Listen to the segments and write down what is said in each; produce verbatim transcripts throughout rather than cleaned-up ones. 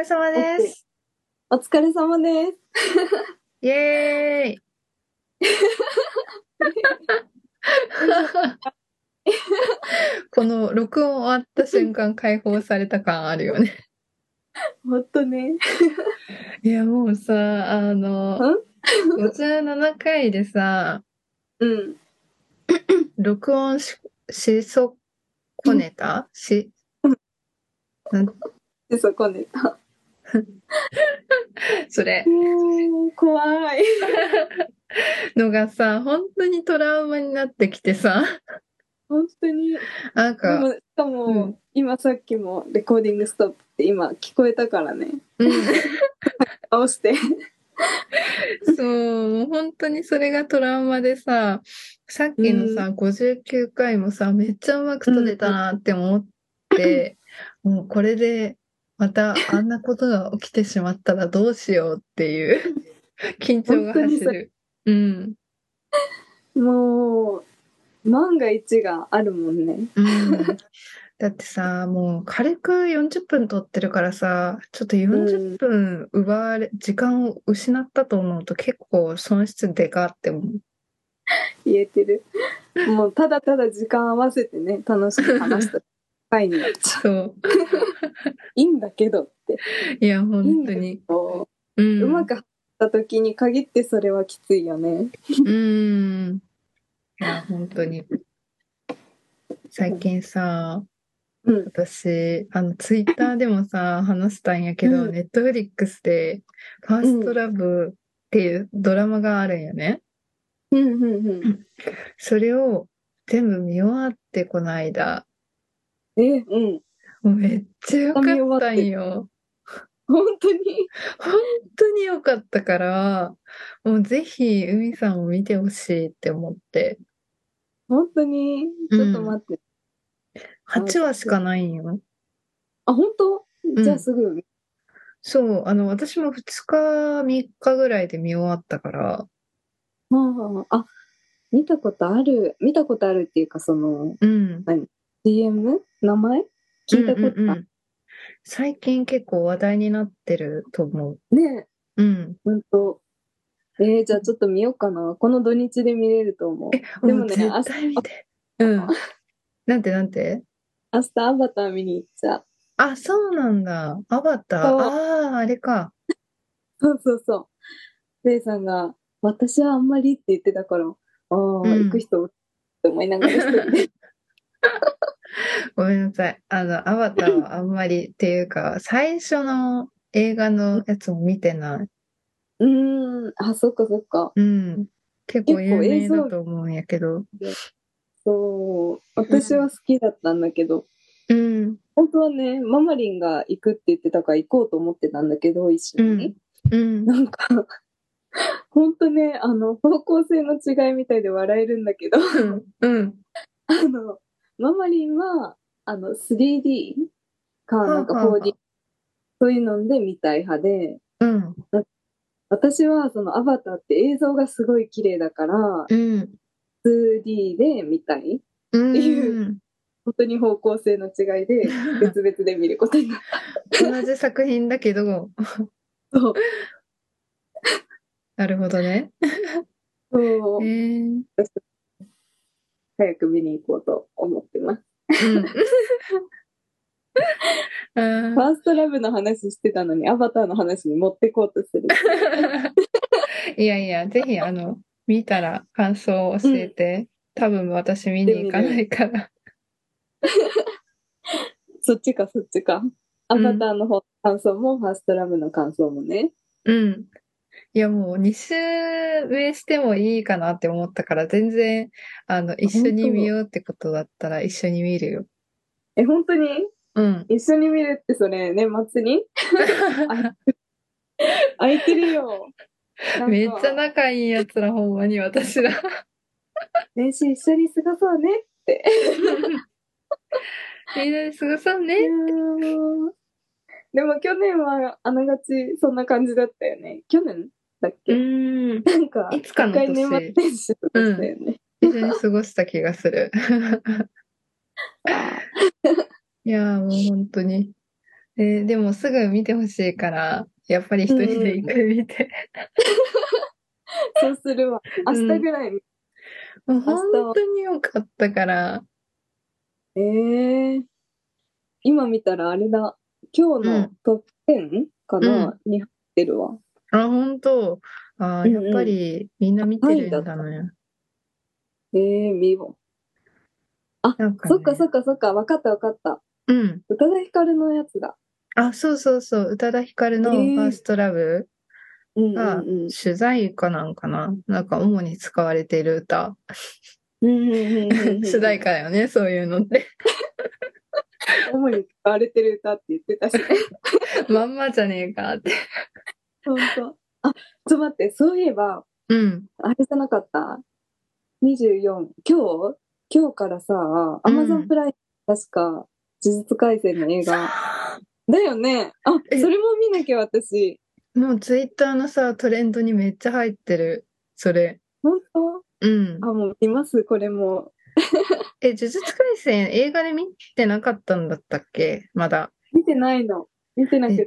れ様です。 お疲れ様です。 イエーイ。この録音終わった瞬間解放された感あるよね。 ほんとね。 いやもうさ、あの、 んごじゅうななかいでさ、 うん。 録音し、しそこねたし、なんで、そこねた。 それ。 もう、怖い。 のがさ、本当にトラウマになってきてさ、 本当に。 なんか、 でも、しかも、 うん、 今さっきもレコーディングストップって今聞こえたからね。 うん。 直して。 そう、もう本当にそれがトラウマでさ、さっうん。 きのさ、ごじゅうきゅうかいもさ、めっちゃうまくうん。 撮れたなって思って、もうこれでまたあんなことが起きてしまったらどうしようっていう緊張本が当にさ、 走る。うん。 もう、万が一があるもんね。 うん。だってさ、もう軽くよんじゅっぷん撮ってるからさ、ちょっと40 うん。 分奪われ、時間を失ったと思うと結構損失でかって思う。 言えてる。もう、ただただ時間合わせてね、楽しく話した回になっちゃう。 そう。 いいんだけどって。 いや、 いいんだけ本当に。 ど、 うん。 うまく話した時に限ってそれはきついよね。 うーん。いや、本当に。最近さ、 うん。 私、あの、ツイッターでもさ、話したんやけど、 うん。 ネットフリックスで、ファーうん。 ストラブっていうドラマがあるんよね。 うん。うん。うん。 うんそれを全部見終わって、この間。 え、うん。 もうめっちゃ良か見った終わって。 んよ。 本当に。 本当に良かったから、もうぜひ、海さんも見てほしいって思って。 本当に。ちょっとうん。 待って。あ、 はちわしかないんよ。 あ、本当。じゃあうん。 すぐ。 そう、あの、私もふつか、みっかぐらいで見終わったから、 ああ、あ、見たことある。見たことあるっていうか、その、 うん、 何？ ディーエム？ 名前聞いうんたことあうんうん。最近結構話題になってると思う。 る。ねえ、 うん。 本当。えー、じゃあちょっと見ようかな。この土日で見れると思う。でもね、 もう絶明日、 対見て。うん。なんてなんて明日アバター見に行っちゃう。 あ、そうなんだ。アバター。 そう、 ああ、あれか。 そうそうそう。レイさんが、私はあんまりって言ってたから、ああ、行くうん。 人って思いながら一人で。 ごめんなさい。あの、アバターはあんまりっていうか、最初の映画のやつも見てない。 うーん、あ、そっかそっか。 うん。結構結構映有名だ像と思うんやけど。 で、そう、 うん。 私は好きだったんだけど、 うん。 本当はね、ママリンが行くって言ってたから行こうと思ってたんだけど、一緒に。 うん。うん。 なんか、本当ね、あの、方向性の違いみたいで笑えるんだけど、 うん。うん。 あの、ママリンは、あの、スリーディー か、 はあなんかはあはフォーディー、 あ。 そういうので見たい派で、 うん。 私はそのアバターって映像がすごい綺麗だから、 うん。 ツーディー で見たいっうていう、 ーん。 本当に方向性の違いで、別々で見ることになった。 同じ作品だけど、 そう。 なるほどね。えそう。 ー、 私早く見に行こうと思ってます。 うん。あーファーストラブの話してたのに、アバターの話に持ってこうとするっていう。 いやいや、ぜひ、あの、見たら感想を教うん。 えて。多分私見に行かなで見る。 いから。 そっちか、そっちか。アバうん。 ターの方の感想も、ファーストラブの感想もね。 うん。いや、もうに週目してもいいかなって思ったから、全然、あの、一緒に見本当。 ようってことだったら一緒に見るよ。 え、本当にうん。 一緒に見るってそれ、年末にあ、空いてるよ。なんめっちゃか、 仲いいやつら、ほんまに私ら。 年始一緒に過ごそうねって。 みんなで過ごそうね。 いやーでも去年はあながちそんな感じだったよね。去年だっうけ？ ーん。 なんか、 いつかの一回年末年、 年始過ごしうん。 たよね。 一緒に過ごした気がする。 あいやーもう本当に。 で、でもすぐ見てほしいから、やっぱり一人で一回見て。 そうするわ。明うん。 日ぐらいに、 もう本明日は。 当に良かったから。 えー、今見たらあれだ。今日うん。 のトップテンかうん。 なに入ってるわ。 あ、本当。あ、やっぱうんうん。 りみんな見てはいるだった。 んだね。 えー、見よう。あ、 なんかそっかそね。 っかそっか。わかったわかった。 うん。 宇多田ヒカルのやつだ。 あ、そうそうそう。宇多田ヒカルえのファーー、 ストラブうんがうんうん。 主題歌なんかな。なんか主に使われている歌。 うんうんうんうん主題うんうん。 歌だよね、そういうのって。 主に使われてる歌って言ってたしね。 まんまじゃねえかって。 ほんと。あ、ちょっと待って。そういえば、 うん。 あれじゃなかった？ にじゅうよん。今日今日からさ、アマゾンうん。 プライム、確か、呪術廻戦の映さ画。 あ、 だよね。あ、そえ、 れも見なきゃ私。 もうツイッターのさ、トレンドにめっちゃ入ってる。それ。 本当？ うん。 あ、もう見ます、これも。 え、呪術廻戦映画で見てなかったんだったっけまだ。 見てないの。見てなくえ、 って、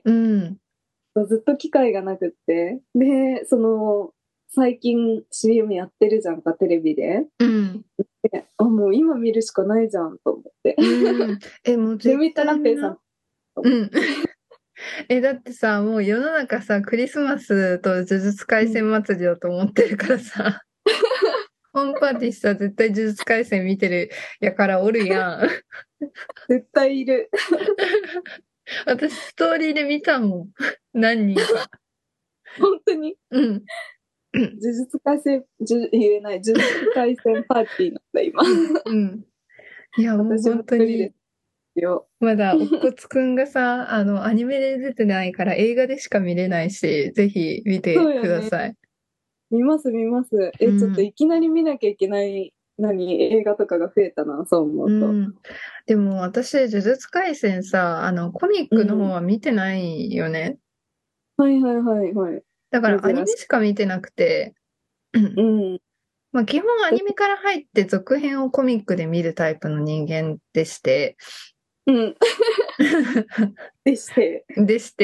うん。 ずっと機会がなくって。で、その、最近 シーエム やってるじゃんか、テレビで。 うん。 であ、もう今見るしかないじゃんと思って。 うん。え、もうで、 絶見たらペイさん対見な。 と。 うん。え、だってさ、もう世の中さ、クリスマスと呪術廻うん。 戦祭りだと思ってるからさ、ホームパーティーしたら絶対呪術廻戦見てるやからおるやん。 絶対いる。 私ストーリーで見たもん。何人か。 本当に。 うん。 呪術廻戦、呪言えない、呪術廻戦パーティーなんだ、今。 うん。うん。いや、もう私も本当に、 一人ですよ。 まだ、おっこつくんがさ、あの、アニメで出てないから映画でしか見れないし、ぜひ見てそうよね。 ください。 見ます、見ます。え、ちょっとうん。 いきなり見なきゃいけない、何、映画とかが増えたな、そう思うと。 うん。でも私、呪術廻戦さ、あの、コミックの方うん。 は見てないよね。 はいはいはいはい。 だからアニ珍しい。 メしか見てなくて、うんうん。 まあ基本アニメから入って続編をコミックで見るタイプの人間でして、 うん。でして、 でして、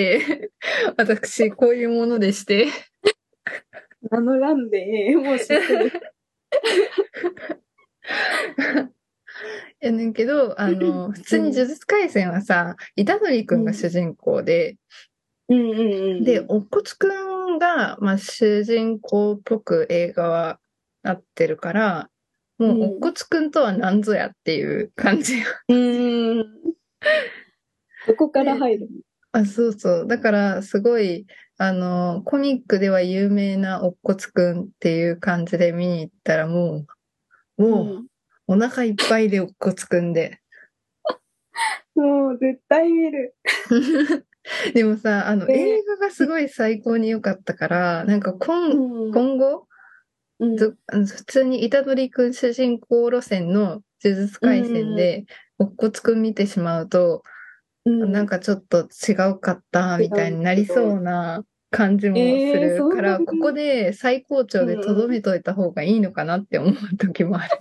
私、こういうものでして、 名乗らんでええ、もう知っとる。 やねんけど、あの、普通に呪うん。 術廻戦はさ、虎杖くんがうん。 主人公で、 うんうんうんで、 うん。 乙骨くんが、まあ、主人公っぽく映画はなってるから、もう乙うん。 骨くんとは何ぞやっていう感じ。 うーん。そこからで、 入る。 あ、そうそう。だから、すごい、あの、コミックでは有名な乙骨くんっていう感じで見に行ったらもう、もう、 うん。 お腹いっぱいで乙骨くんで。 もう絶対見る。 でもさ、あの、 で、 映画がすごい最高に良かったから、なんかう今、 ん。 今後、 うん。 ずあの普通に虎杖くん主人公路線の呪術う廻戦ん。 で、乙骨くん見てしまうと、 うん。 なんかちょっと違うかったみたい違うんだになりそけど。 うな感じもすええー、そるから、ここんなに。 で最高潮うんでとどうん。 めといた方がいいのかなって思う時もある。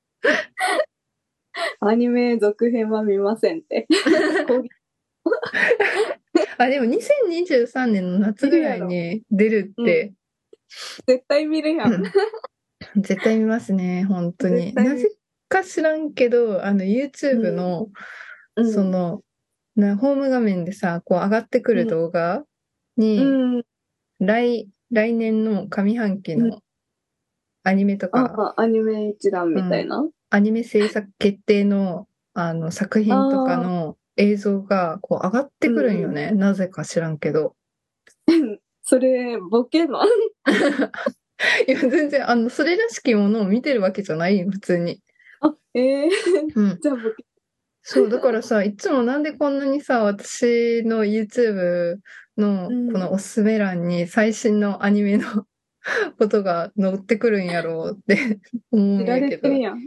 アニメ続編は見ませんって。攻撃あ、でもにせんにじゅうさんねんの夏ぐらい見るやろ。 に出るっうん。 て、 絶対見るやん。 うん絶対見ますね、本当に。 絶対見る。 なぜか知らんけど、あのう YouTube ん。 の、 うん。 その、な、ホーム画面でさ、こう上がってくるうん。 動画うに、 ん。 来、来年の上半期うん。 のアニメとか、 ああ、アニメ一覧うん、 みたいな。 アニメ制作決定の、あの作あ品とかあ、 の映像がこう上がってうんうん。 くるんよね。なぜか知らんけど。 それ、ボケの。 いや、全然、あの、それらしきものを見てるわけじゃないよ、普通に。 あ、ええー、 うん。 じゃあボケ。 そう、だからさ、いつもなんでこんなにさ、私の YouTube のこうん。 のおすすめ欄に最新のアニメのことが載ってくるんやろうって思うん知らやけど。 れてるやん。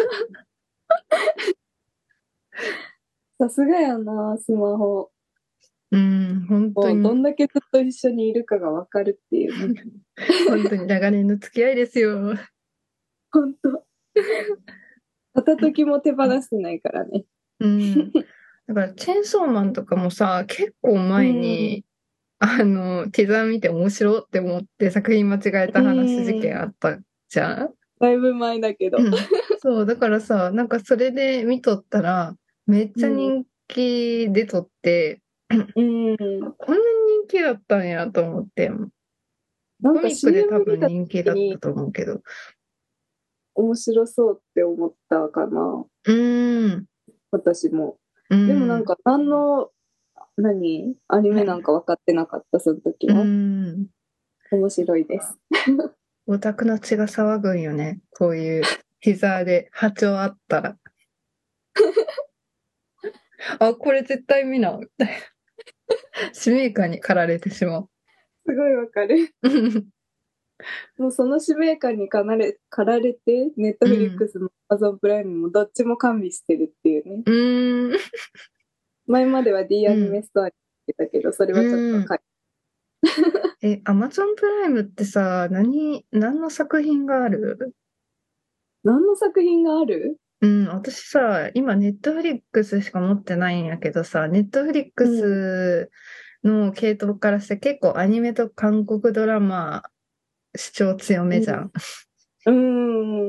さすがやな、スマホ。 うん、本当もう、どんに、 だけずっと一緒にいるかがわかるっていうね。 本当に長年の付き合いですよ。 ほんと。片時も手放してないからね。 うん。 だから、チェーンソーマンとかもさ、結構前に、あの、ティザー見て面白って思って作品間違えた話事件あったじゃん。 だいぶ前だけど。 うん。そう、だからさ、なんかそれで見とったら、めっちゃ人気出とって、 うん。 こんなに人気だったんやと思って、 なんかコミックで多シーエム 見た分人気だ時にったと思うけど。 面白そうって思ったかな。 うーん、 私も。 うでもなんん、 か何の、何アニメなんか分かってなかった、その時うは。 ん。 面白いです。 オタクの血が騒ぐんよね。こういうティザーで波長あったら。あ、これ絶対見な、みたいな。使命感に駆られてしまう。 すごいわかる。もうその使命感に駆られ、駆られて、ネットフリックスも Amazon プライムもどっちも完備してるっていうね。 うーん。 前までは D アニうん。 メストアに行ってたけど、それはちょっとうん。 買い。 え、アマゾンプライムってさ、何、何の作品がある？ 何の作品がある？ うん、私さ、今ネットフリックスしか持ってないんやけどさ、ネットフリックうん。 スの系統からして結構アニメと韓国ドラマ主張強めじゃん。 うん。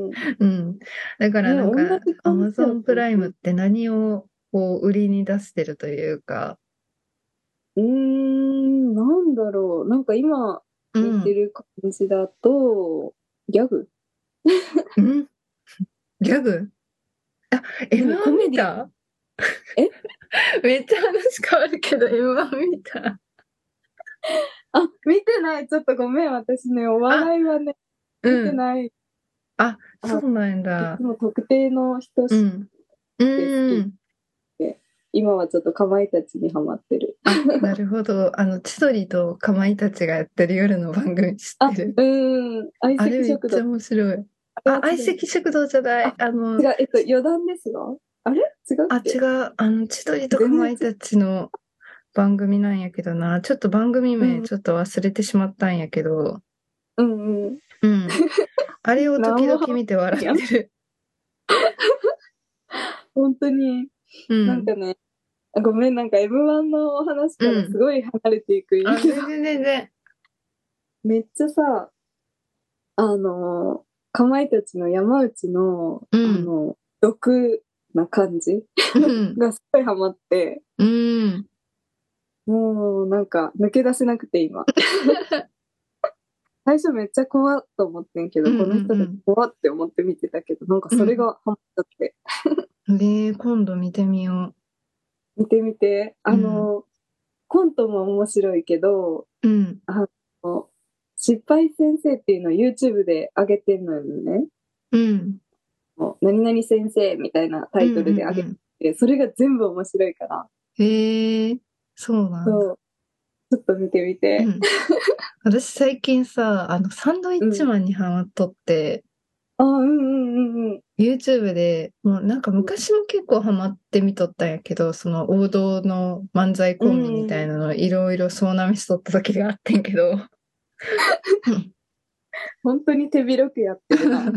うん。 うん。だからね、 なんか、 同じア感じやマゾンプと思う。 ライムって何をこう売りに出してるというか、 うーん、なんだろう。なんか今うん。 見てる感じだと、ギャグ。 んギャグ？あ、 何エムワンコメディ。 見た？ えめっちゃ話変わるけど エムワン 見た？ あ、見てない。ちょっとごめん。私ね、おあ、 笑いはね、見うん。 てない。 あ、そあ、 うなんだ。 いつも特定の人しうん。うて好きーん。 で、今はちょっとかまいたちにハマってる。 あ、なるほど。あの、千鳥とかまいたちがやってる夜の番組知っあ、 てる？ うーん、相あれ席食堂。 めっちゃ面白い。 あれはあ、相違う。 席食堂じゃなあ、 い。あの、 違う。えっと、余談ですがあれ違うあ、 っけ？ 違う。あの、千鳥とか全然違う。 まいたちの番組なんやけどな。ちょっと番組うん、 名ちょっと忘れてしまったんやけど、 うん、うん。 うん。あれを時々 なんもハマっ見て笑てないやん。 ってる。 本当に。 うん。 なんかね、あごめん、なんか エムワン の話うん。 からすごい離れていくんやあ、 けど、 全然全然。 めっちゃさ、あの、かまいたちの山内の、 うん。 あの、毒な感じうん。 がすごいハマって、 うん。 もうなんか抜け出せなくて今。最初めっちゃ怖っと思ってんけど、 うんこの人たちうん怖って思って見てたけど、なんかそれうん。 がハマっちゃって。 うん。で、今度見てみよ見てみて、 う。うん。 あの、コントも面白いけど、 うん。 あの、失敗先生っていうのを YouTube で上げてんのよね。 うん。 もう何々先生みたいなタうんイトルで上げてうんて、それが全部面白いから、 へえ、そうなんだ。 そう、ちょっと見てみて。 うん。私最近さ、あの、サンドイッチうん。 マンにハマっとって、 あ、うんうんうんうん。 YouTube で、もうなんか昔も結構ハマってみとったんやけど、その王道の漫才うコンビみたいん。 なのいろいろ総なめしとった時があってんけど、 本当に手広くやってるな。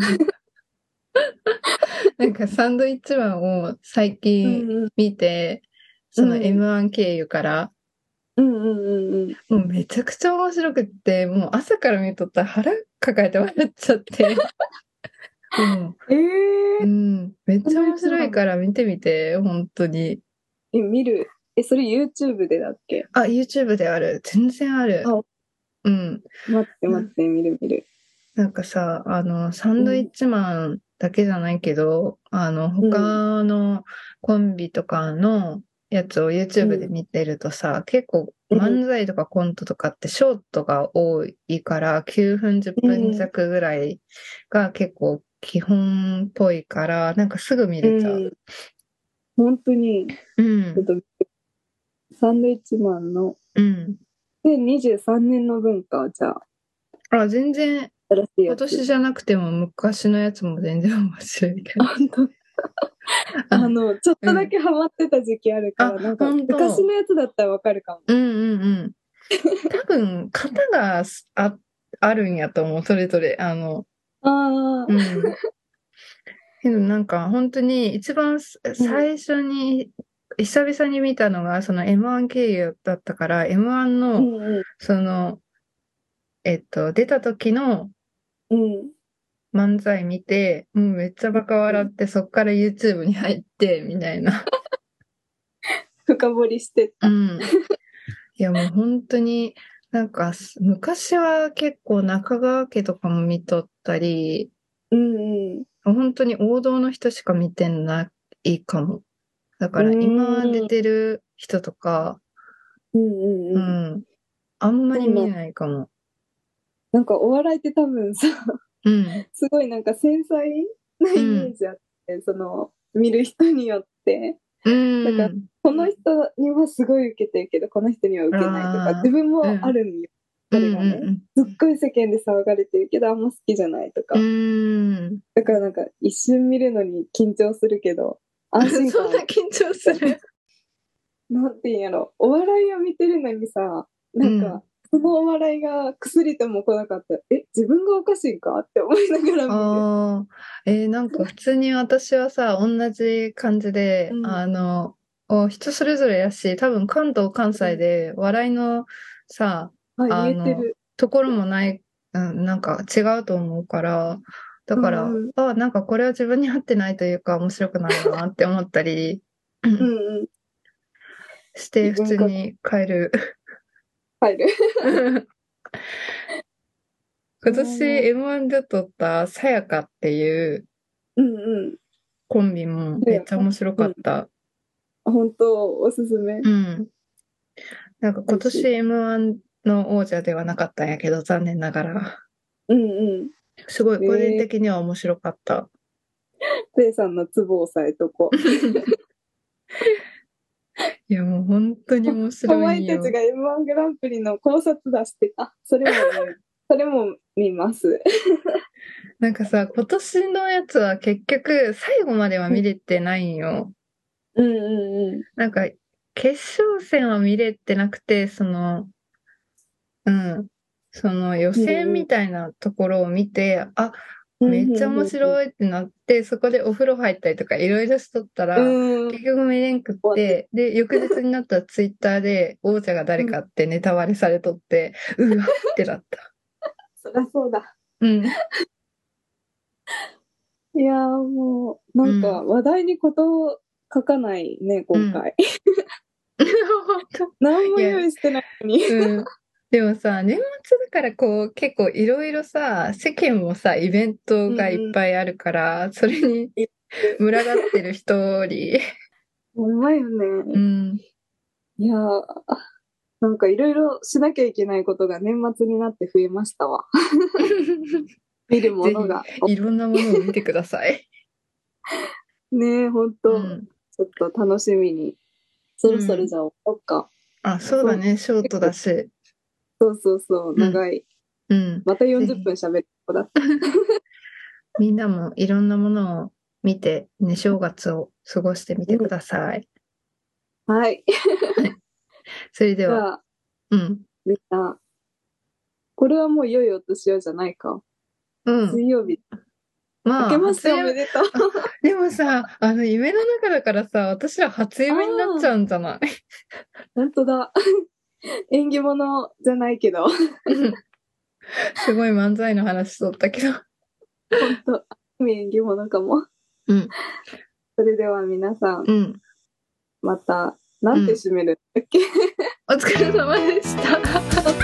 なんかサンドイッチマンを最近うんうん。 見て、そのうん。 エムワン 経由から、 うんうんうんうん。 もうめちゃくちゃ面白くって、もう朝から見とったら腹抱えて笑っちゃって、もえう、うえー、 ん、めっサンドイッちゃ面白チマン。 いから見てみて、本当に。 え、見る。え、それ YouTube でだっけ？ あ、YouTube である。全然ある。 あ、 うん。 待って待な、 って、見る見る。 なんかさ、あの、サうん。 ンドイッチマンだけじゃないけど、あの、 うん。 他のコンビとかのやつをう YouTube でん。 見てるとさ、結構うん。 漫才とかコントとかってショートが多いから、きゅうふん、10 うん。 分弱ぐらいが結構基本っぽいから、なんかすぐ見うれちゃう。 ん。本当に、 うん。 ちょっと、サンドイッチマンのうん。 にせんにじゅうさんねんの文化、じゃあ、 あ、全然、 新しい今やつ。 年じゃなくても昔のやつも全然面白いけあ、 ど。 本当。ああ、 の、ちょっとだうん。 けハマってた時期あるかあ、 ら、なんか、 本当。 昔のやつだったらわかるかも。 うんうんうん。多分、型があ、あるんやと思う、それぞれ。あの、 ああ、 うん。けどなんか、本当に一番すうん、 最初に、 久々に見たのが、その エムワン 経由だったから、エムワンうの、 んうんその、えっと、出た時のうん漫才見て、もうめっちゃバカ笑って、そっから YouTube に入って、みたいな。 深掘りしてた。 うん。いや、もう本当に、なんか、昔は結構中川家とかも見とったり、 うん本当に王道の人しか見てないかも。だうから今出ん。 てる人とか、 うんうんううん。 ん、あんまり見そうなん、 ないかも。 なんかお笑いって多分さ、 うん、 すごいなんか繊細なイメうん、 ージあって、その、見る人によって。 うだから、 ん。 この人にはすごい受けてるけど、この人には受けないとか、 ああ、 自分もあうん、 るんよ。 うん、 それがね。 うん、 すっごい世間で騒がれてるけど、あんま好きじゃないとうか。 ん。うん。 だからなんか、一瞬見るのに緊張するけど、安心感ある。 そんな緊張する。 なんていうんやろ。お笑いを見てるのにさ、 うん。 なんか、そのお笑いが薬とも来なかったら、え、自分がおかしいんかって思いながら見る。 ああ、えーなんか普通に私はさ、同じ感じで、 うん。 あの、お人それぞれやし、多分関東、関うん。 西で笑いのさ、 あ、言あの、 えてる。 ところもない、うん、なんか違うと思うから、だうから、 んうん。 あ、なんかこれは自分に合ってないというか面白くないなって思ったりうんうん。 して普自分が通に変える。 入る。 今年ね。 エムワン で撮ったさやかっていううんうん。 コンビもめっで、 ちゃ面白うん。 かった。 本当、おすすめ。 うん。なんか今年ぜひ。 エムワン の王者ではなかったんやけど、残念ながら。 うんすごいうん。 個人えー、 的には面白かった。 ペイさんのツボを押さえとこ。 いやもう本当に面か白いよ。 まいたちが エムワン グランプリの考察出してた。それも見、それも見ます。 なんかさ、今年のやつは結局最後まではうん見れてないんよ。 うんうん。 なんか決勝戦は見れてなくて、その、うん。その予うん選うんみたいなところを見て、あ、 うんめっちゃ面うん白いってなって、そこでお風呂入ったりとかいろいろしとったうら、 ん。うん。 結局見れんくっ終わって。 て、で、翌日になったらツイッターで王者が誰うん。 かってネタバレされとって、うわってなった。 そりゃそうだ。 うん。 いやーもう、なんかうん。 話題にことを書かないね、 うん。 今回。 本当。 何もいや、 用意してないのに。 うん。でもさ、年末だからこう、結構いろいろさ、世間もさ、イベントがいっうんうん。 ぱいあるから、それに言ってる。 群がってる一人。 ほんまようね。 ん。 いやー、なんかいろいろしなきゃいけないことが年末になって増えましたわ。見るもぜひ、 のが。 いろんなものを見てください。 ねえ、ほんと、 うん。 ちょっと楽しみに。そろそろうん。 じゃあ終わろうか。 あ、そうだそう、 ね。ショートだし。 そうそうそう、 うん。 長い。 うん。 また40 ぜひ、 分喋る子だった。 みんなもいろんなものを見て、ね、正月を過ごしてみてくうん。 ださい。 はい。 はい。それでは、 じゃあ、 うん。 みんな、これはもう良いお年をじゃないか。 うん。 水曜日。明けまあ、 まして初夢、 おめでとう。 あ、でもさ、あの、夢の中だからさ、私ら初あ夢になっちゃあ、 うんじゃない？ 本当だ。縁起物じゃないけど。 うん。すごい漫才の話しとったけど。 本当、縁起物かも。 うん。 それでは皆さん、 うん。 また、なんてうん。 締めるんだっけ？ お疲れ様でした。